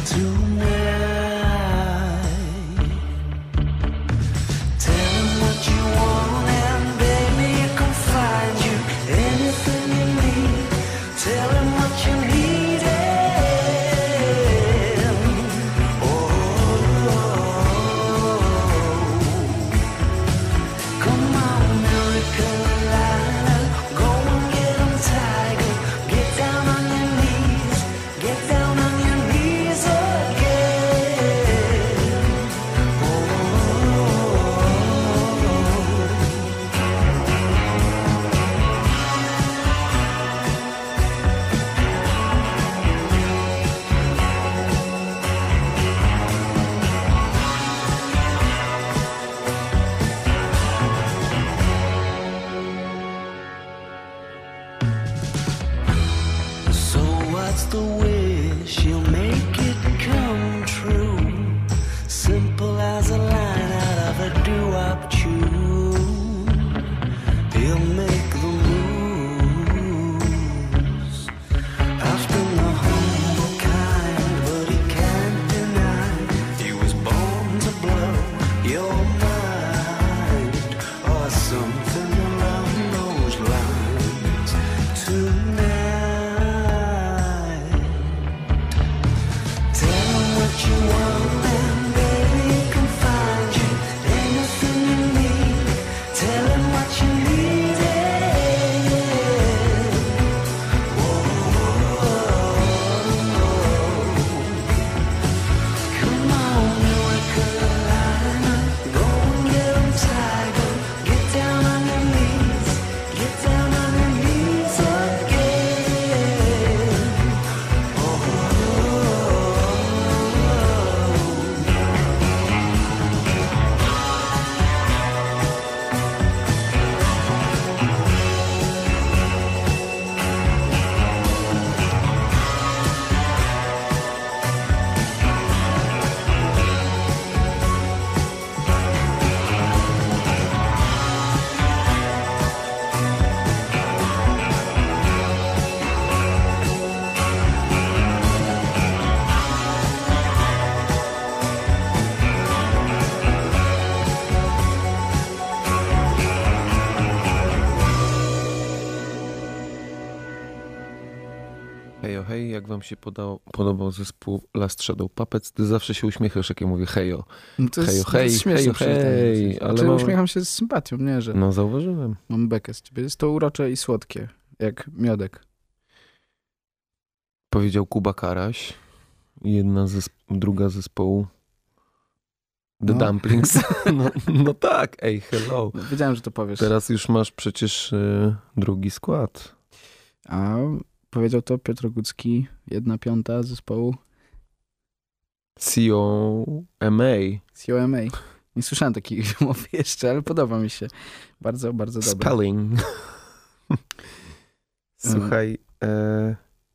Tonight, tell him what you want, and baby, he can find you anything you need. Tell him what you need. she'll make it come true. Simple as a line out of a doo-wop tune. He'll make the moves. Often the humble kind, but he can't deny he was born to blow your mind, or something around those lines tonight. Tell him what you want and baby can find you anything you need. Tell him what you need, yeah. Whoa, come on, North Carolina, go and get 'em, tiger. Get down on your knees, get down on your knees again. Oh, Hejo, hej, jak wam się podał, podobał zespół Last Shadow Puppets? Ty zawsze się uśmiechasz, jak ja mówię hejo. No to jest, Hejo, to hej, jest śmieszne hejo, przywitanie. hej, Ale ale znaczy, mam- uśmiecham się z sympatią, nie, że No zauważyłem. mam bekę z ciebie. Jest to urocze i słodkie, jak miodek. Powiedział Kuba Karaś, jedna zesp- druga zespołu The No. Dumplings. No, no tak, ej, hello. No, wiedziałem, że to powiesz. Teraz już masz przecież y, drugi skład. A powiedział to Piotr Ogucki, jedna piąta zespołu C O M A. C O M A. Nie słyszałem takich mowy jeszcze, ale podoba mi się. Bardzo, bardzo dobre. Spelling. Słuchaj, e,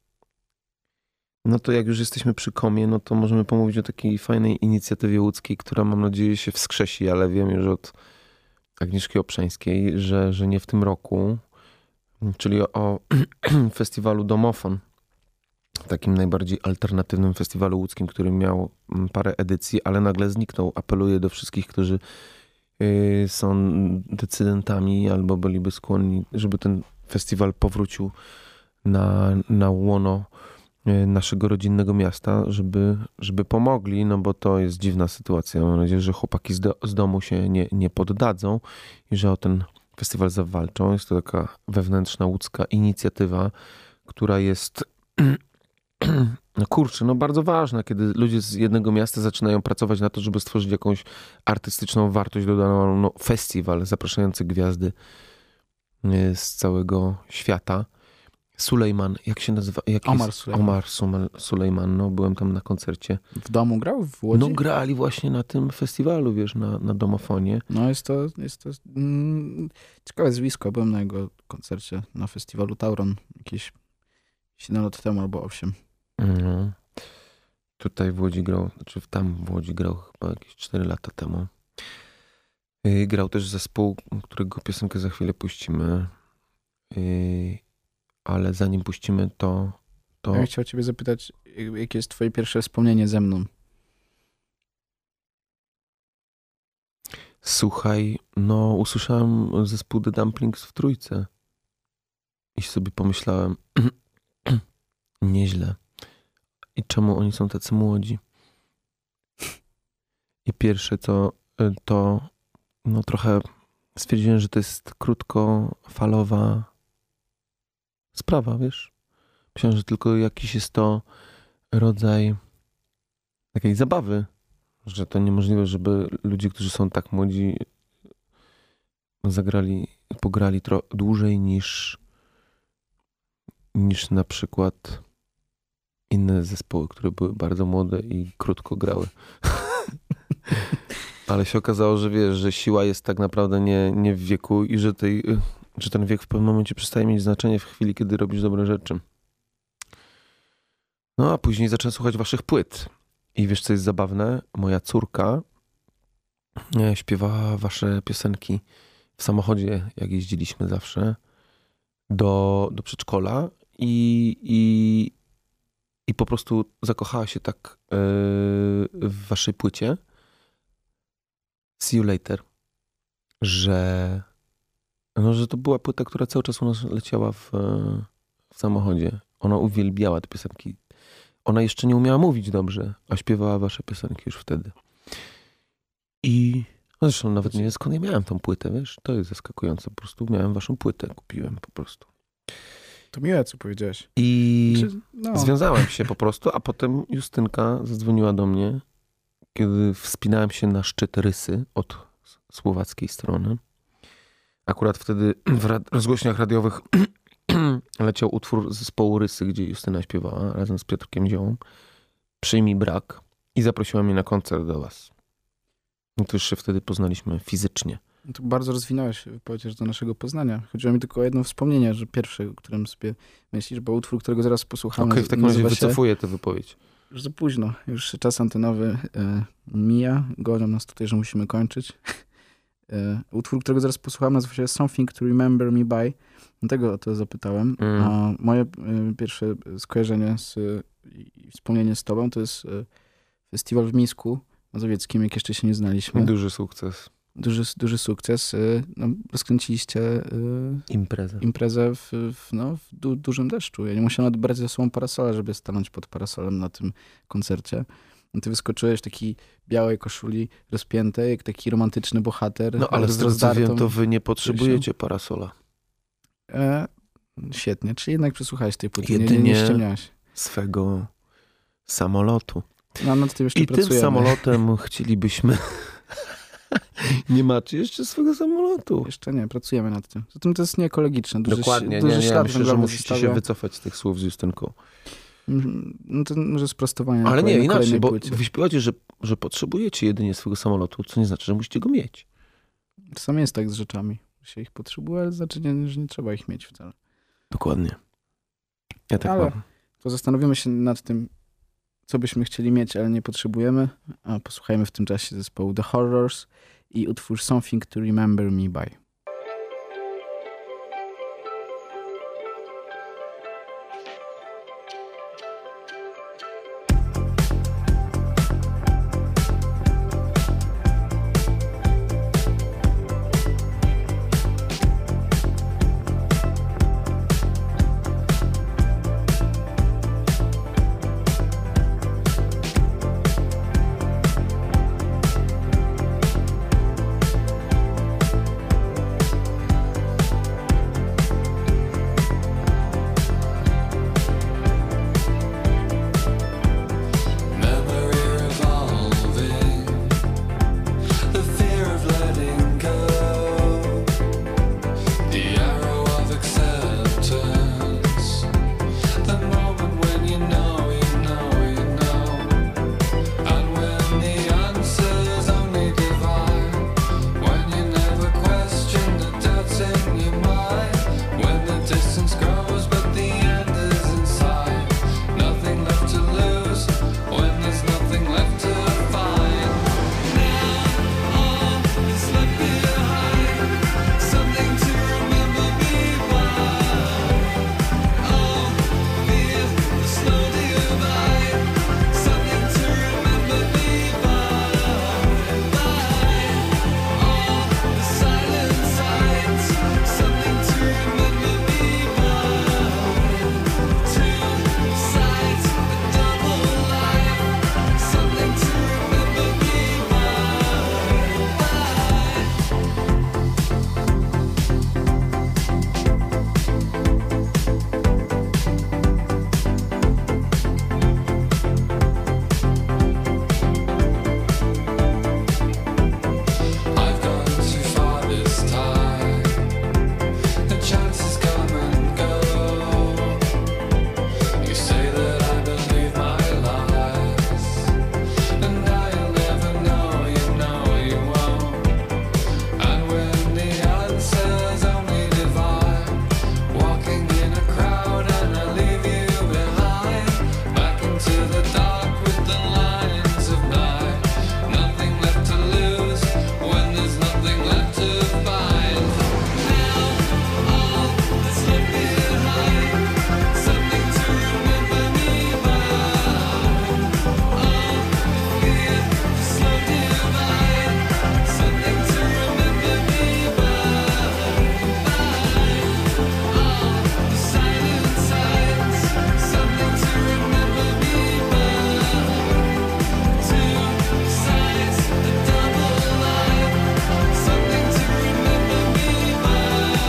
no to jak już jesteśmy przy komie, no to możemy pomówić o takiej fajnej inicjatywie łódzkiej, która mam nadzieję się wskrzesi, ale wiem już od Agnieszki Obszańskiej, że, że nie w tym roku, czyli o, o festiwalu Domofon, takim najbardziej alternatywnym festiwalu łódzkim, który miał mm, parę edycji, ale nagle zniknął. Apeluję do wszystkich, którzy y, są decydentami albo byliby skłonni, żeby ten festiwal powrócił na, na łono y, naszego rodzinnego miasta, żeby, żeby pomogli, no bo to jest dziwna sytuacja. Mam nadzieję, że chłopaki z, do, z domu się nie, nie poddadzą i że o ten festiwal zawalczą. Jest to taka wewnętrzna łódzka inicjatywa, która jest no kurczę, no bardzo ważna, kiedy ludzie z jednego miasta zaczynają pracować na to, żeby stworzyć jakąś artystyczną wartość dodaną, no, festiwal zapraszający gwiazdy y, z całego świata. Sulejman, jak się nazywa? Jak Omar jest? Sulejman. Omar Sumel- Sulejman, no byłem tam na koncercie. W domu grał? W Łodzi? No grali właśnie na tym festiwalu, wiesz, na, na domofonie. No jest to, jest to mm, ciekawe zjawisko. Byłem na jego koncercie na festiwalu Tauron jakieś siedem lat temu albo osiem. Mhm. Tutaj w Łodzi grał, znaczy tam w Łodzi grał chyba jakieś cztery lata temu. Yy, grał też zespół, którego piosenkę za chwilę puścimy. Yy, ale zanim puścimy to, to Ja bym chciał ciebie zapytać, jak- jakie jest twoje pierwsze wspomnienie ze mną? słuchaj, no usłyszałem zespół The Dumplings w Trójce i sobie pomyślałem, nieźle. I czemu oni są tacy młodzi? I pierwsze to, to no trochę stwierdziłem, że to jest krótkofalowa sprawa, wiesz? Myślałem, że tylko jakiś jest to rodzaj takiej zabawy, że to niemożliwe, żeby ludzie, którzy są tak młodzi, zagrali, pograli tro- dłużej niż niż na przykład inne zespoły, które były bardzo młode i krótko grały. Ale się okazało, że wiesz, że siła jest tak naprawdę nie, nie w wieku i że, tej, że ten wiek w pewnym momencie przestaje mieć znaczenie w chwili, kiedy robisz dobre rzeczy. No a później zacząłem słuchać waszych płyt. I wiesz, co jest zabawne? Moja córka e, śpiewała wasze piosenki w samochodzie, jak jeździliśmy zawsze do, do przedszkola i, i, i po prostu zakochała się tak e, w waszej płycie See You Later, że, no, że to była płyta, która cały czas u nas leciała w, w samochodzie. Ona uwielbiała te piosenki. Ona jeszcze nie umiała mówić dobrze, a śpiewała wasze piosenki już wtedy. I no zresztą nawet nie wiem, skąd ja miałem tą płytę, wiesz? To jest zaskakujące. Po prostu miałem waszą płytę, kupiłem po prostu. To miłe, co powiedziałeś. I Znaczy, no. związałem się po prostu, a potem Justynka zadzwoniła do mnie, kiedy wspinałem się na szczyt Rysy od słowackiej strony. Akurat wtedy w rad- rozgłośniach radiowych leciał utwór zespołu Rysy, gdzie Justyna śpiewała razem z Piotrkiem Dziołą. Przyjmij brak. I zaprosiła mnie na koncert do was. I to już się wtedy poznaliśmy fizycznie. To bardzo rozwinąłeś wypowiedź do naszego poznania. Chodziło mi tylko o jedno wspomnienie, że pierwsze, o którym sobie myślisz, bo utwór, którego zaraz posłuchamy. Okej, w takim razie nazywa się- wycofuję tę wypowiedź. Już za późno. Już czas antenowy e, mija. Gonią nas tutaj, że musimy kończyć. E, utwór, którego zaraz posłuchamy, nazywa się Something to Remember Me By. Dlatego o to zapytałem. Mm. A moje e, pierwsze skojarzenie z, i wspomnienie z tobą to jest e, festiwal w Mińsku Mazowieckim, jak jeszcze się nie znaliśmy. Duży sukces. Duży, duży sukces. E, no, rozkręciliście e, Impreza. imprezę w, w, no, w du, dużym deszczu. Ja nie musiałem nawet brać ze sobą parasola, żeby stanąć pod parasolem na tym koncercie. No, ty wyskoczyłeś w takiej białej koszuli rozpiętej, jak taki romantyczny bohater. No ale z z tego co wiem, rozdartą- to wy nie potrzebujecie parasola. E, świetnie. Czyli jednak przesłuchałeś tej płyty. Nie, nie, Jedynie- nie ściemniałeś. Swego samolotu. No, nad tym jeszcze I tym pracujemy. samolotem chcielibyśmy... Nie macie jeszcze swego samolotu. Jeszcze nie, pracujemy nad tym. Zatem to jest nieekologiczne. Duży, Dokładnie, duży nie, nie, ślad myślę, że węglowy musicie zostawia. się wycofać z tych słów z Justynką. Mm, No to może sprostowanie. na Ale nie, kolejnej- inaczej, kolejnej bo płycie. wy śpiewacie, że, że potrzebujecie jedynie swojego samolotu, co nie znaczy, że musicie go mieć. Czasami jest tak z rzeczami. Że się ich potrzebuje, ale znaczy, nie, że nie trzeba ich mieć wcale. Dokładnie. Ja tak Ale- mam. To zastanowimy się nad tym, co byśmy chcieli mieć, ale nie potrzebujemy. A posłuchajmy w tym czasie zespołu The Horrors i utwór Something to Remember Me By. Something the dark with the lines of night. Nothing left to lose when there's nothing left to find. Now all that's left behind, something to remember me by. All the fear, the slow divide, something to remember me by. All the silent signs, something to remember me by. Two sides, a double line, something to remember me by.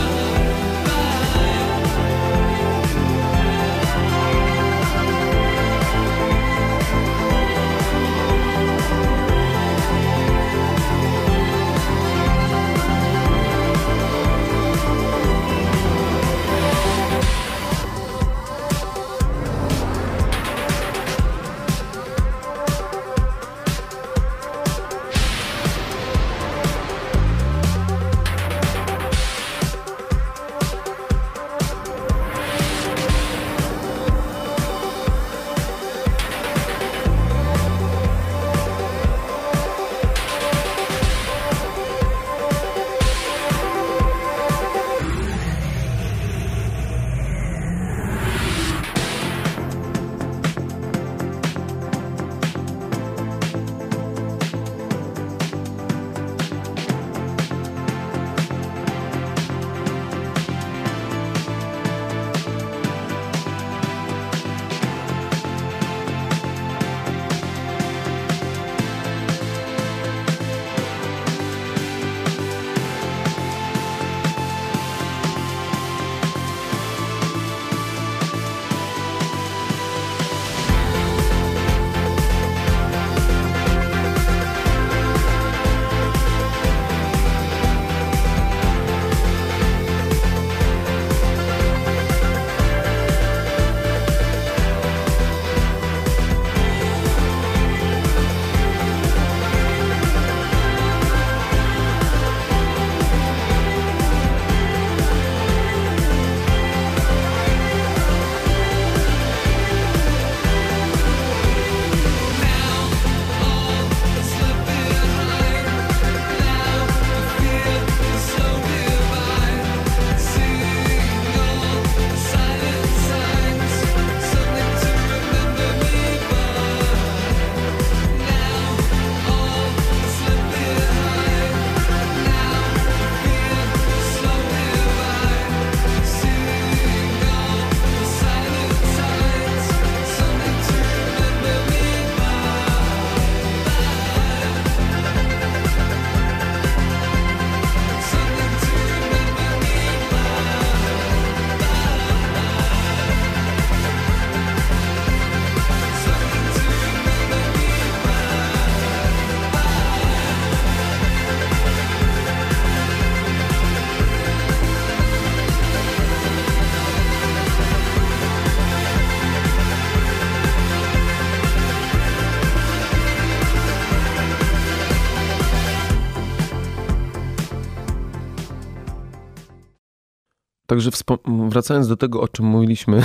Także wspom- wracając do tego, o czym mówiliśmy.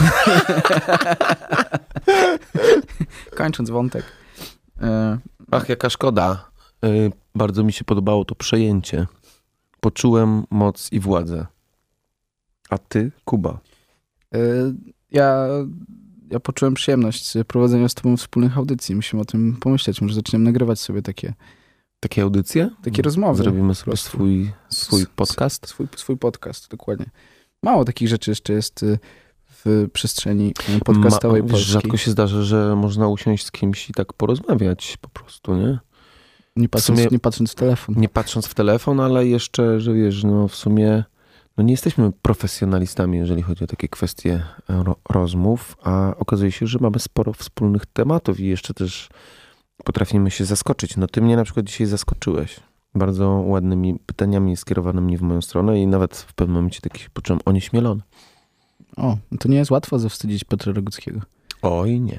Kończąc wątek. E, Ach, jaka szkoda. Y, bardzo mi się podobało to przejęcie. Poczułem moc i władzę. A ty, Kuba? e, ja, ja poczułem przyjemność z prowadzenia z tobą wspólnych audycji. Musimy o tym pomyśleć. Może zaczniemy nagrywać sobie takie, Takie audycje? takie rozmowy. Zrobimy po sobie prostu. swój, swój podcast? Swój, swój podcast, dokładnie. Mało takich rzeczy jeszcze jest y, w przestrzeni podcastowej Ma, wiesz, polskiej. rzadko się zdarza, że można usiąść z kimś i tak porozmawiać po prostu, nie? Nie patrząc, sumie- nie patrząc w telefon. Nie patrząc w telefon, ale jeszcze, że wiesz, no w sumie no nie jesteśmy profesjonalistami, jeżeli chodzi o takie kwestie ro- rozmów, a okazuje się, że mamy sporo wspólnych tematów i jeszcze też potrafimy się zaskoczyć. No ty mnie na przykład dzisiaj zaskoczyłeś bardzo ładnymi pytaniami skierowanymi w moją stronę i nawet w pewnym momencie taki się poczułem onieśmielony. O, no to nie jest łatwo zawstydzić Piotra Roguckiego. Oj, nie.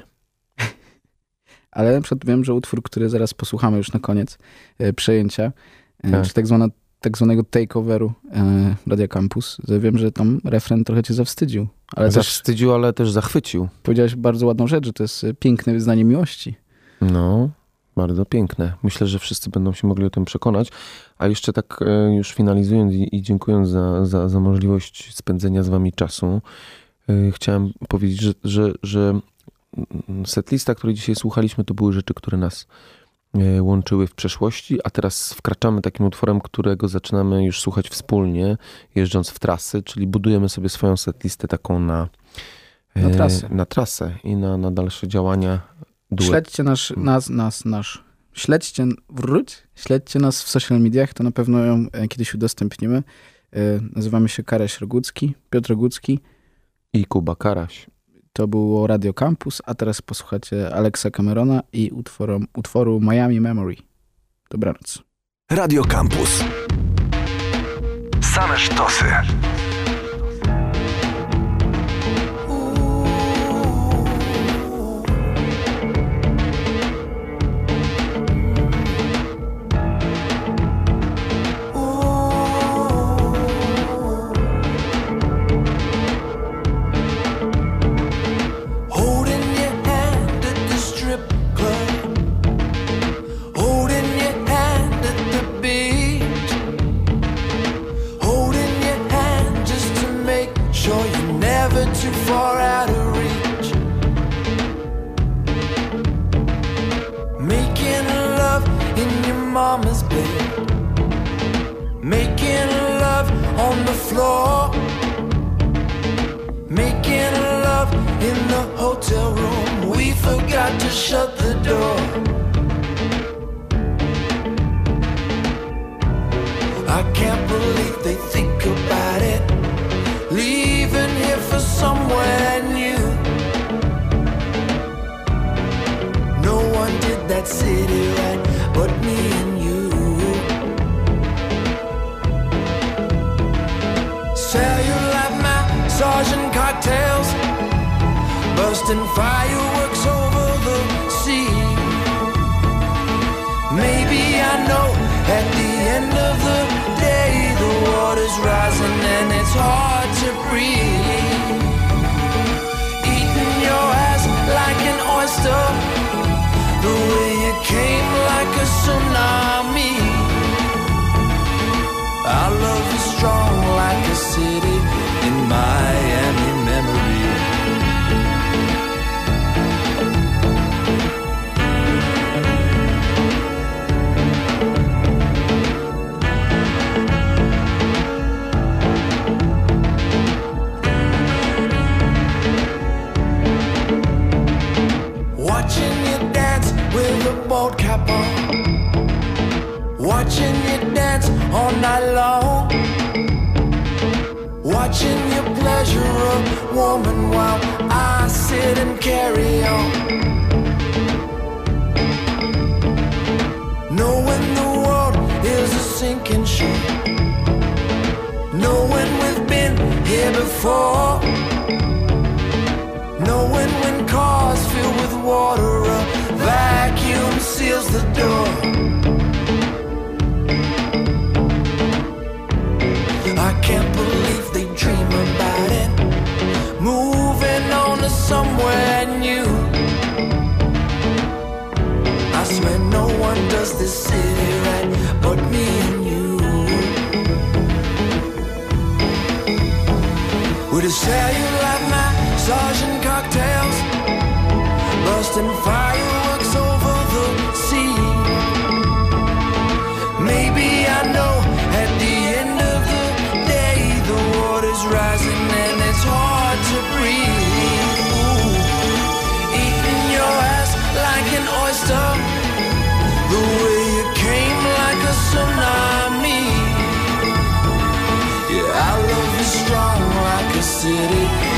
Ale na przykład wiem, że utwór, który zaraz posłuchamy już na koniec, e, Przejęcia, e, Tak. czy tak zwana tak zwanego takeoveru e, Radia Campus. Wiem, że tam refren trochę cię zawstydził. Ale też Zawstydził, ale też zachwycił. powiedziałeś bardzo ładną rzecz, że to jest piękne wyznanie miłości. No, bardzo piękne. Myślę, że wszyscy będą się mogli o tym przekonać. A jeszcze tak e, już finalizując i, i dziękując za, za, za możliwość spędzenia z wami czasu, e, chciałem powiedzieć, że, że, że setlista, której dzisiaj słuchaliśmy, to były rzeczy, które nas e, łączyły w przeszłości, a teraz wkraczamy takim utworem, którego zaczynamy już słuchać wspólnie, jeżdżąc w trasy, czyli budujemy sobie swoją setlistę taką na, e, Na trasę. na trasę i na, na dalsze działania. Duet. Śledźcie nasz, nas, nas, nasz. Śledźcie, wróć, śledźcie nas w social mediach, to na pewno ją e, kiedyś udostępnimy. E, nazywamy się Karaś Rogucki, Piotr Rogucki. I Kuba Karaś. To było Radio Campus, a teraz posłuchacie Alexa Camerona i utworu, utworu Miami Memory. Dobranoc. Radio Campus. Same sztosy. Mama's bed, making love on the floor, making love in the hotel room. We forgot to shut the door. I can't believe they think about it, leaving here for somewhere new. No one did that city right but me and you. Cellulite massage and cocktails, bursting fireworks over the sea. Maybe I know at the end of the day the water's rising and it's hard to breathe. Eating your ass like an oyster, the way you came like a tsunami. Our love is strong like a city in Miami memory. Watching you dance with a bald cap on, watching you dance all night long, watching you pleasure a woman while I sit and carry on. Knowing the world is a sinking ship, knowing we've been here before, knowing when cars fill with water, a vacuum seals the door. I can't believe they dream about it, moving on to somewhere new. I swear no one does this city right but me and you. With a cellulite massage and cocktails, bursting fireworks over the sea. Maybe I know at the end of the day the water's rising and it's hard to breathe. Ooh. Eating your ass like an oyster, the way you came like a tsunami. Yeah, our love is strong like a city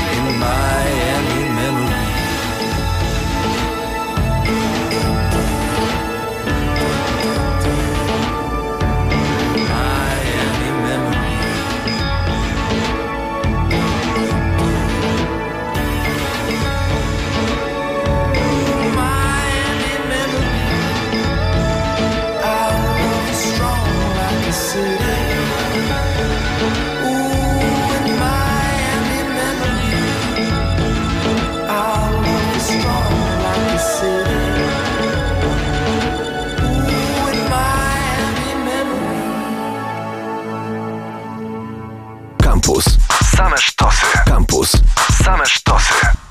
Campus. Same sztosy. Campus. Same sztosy.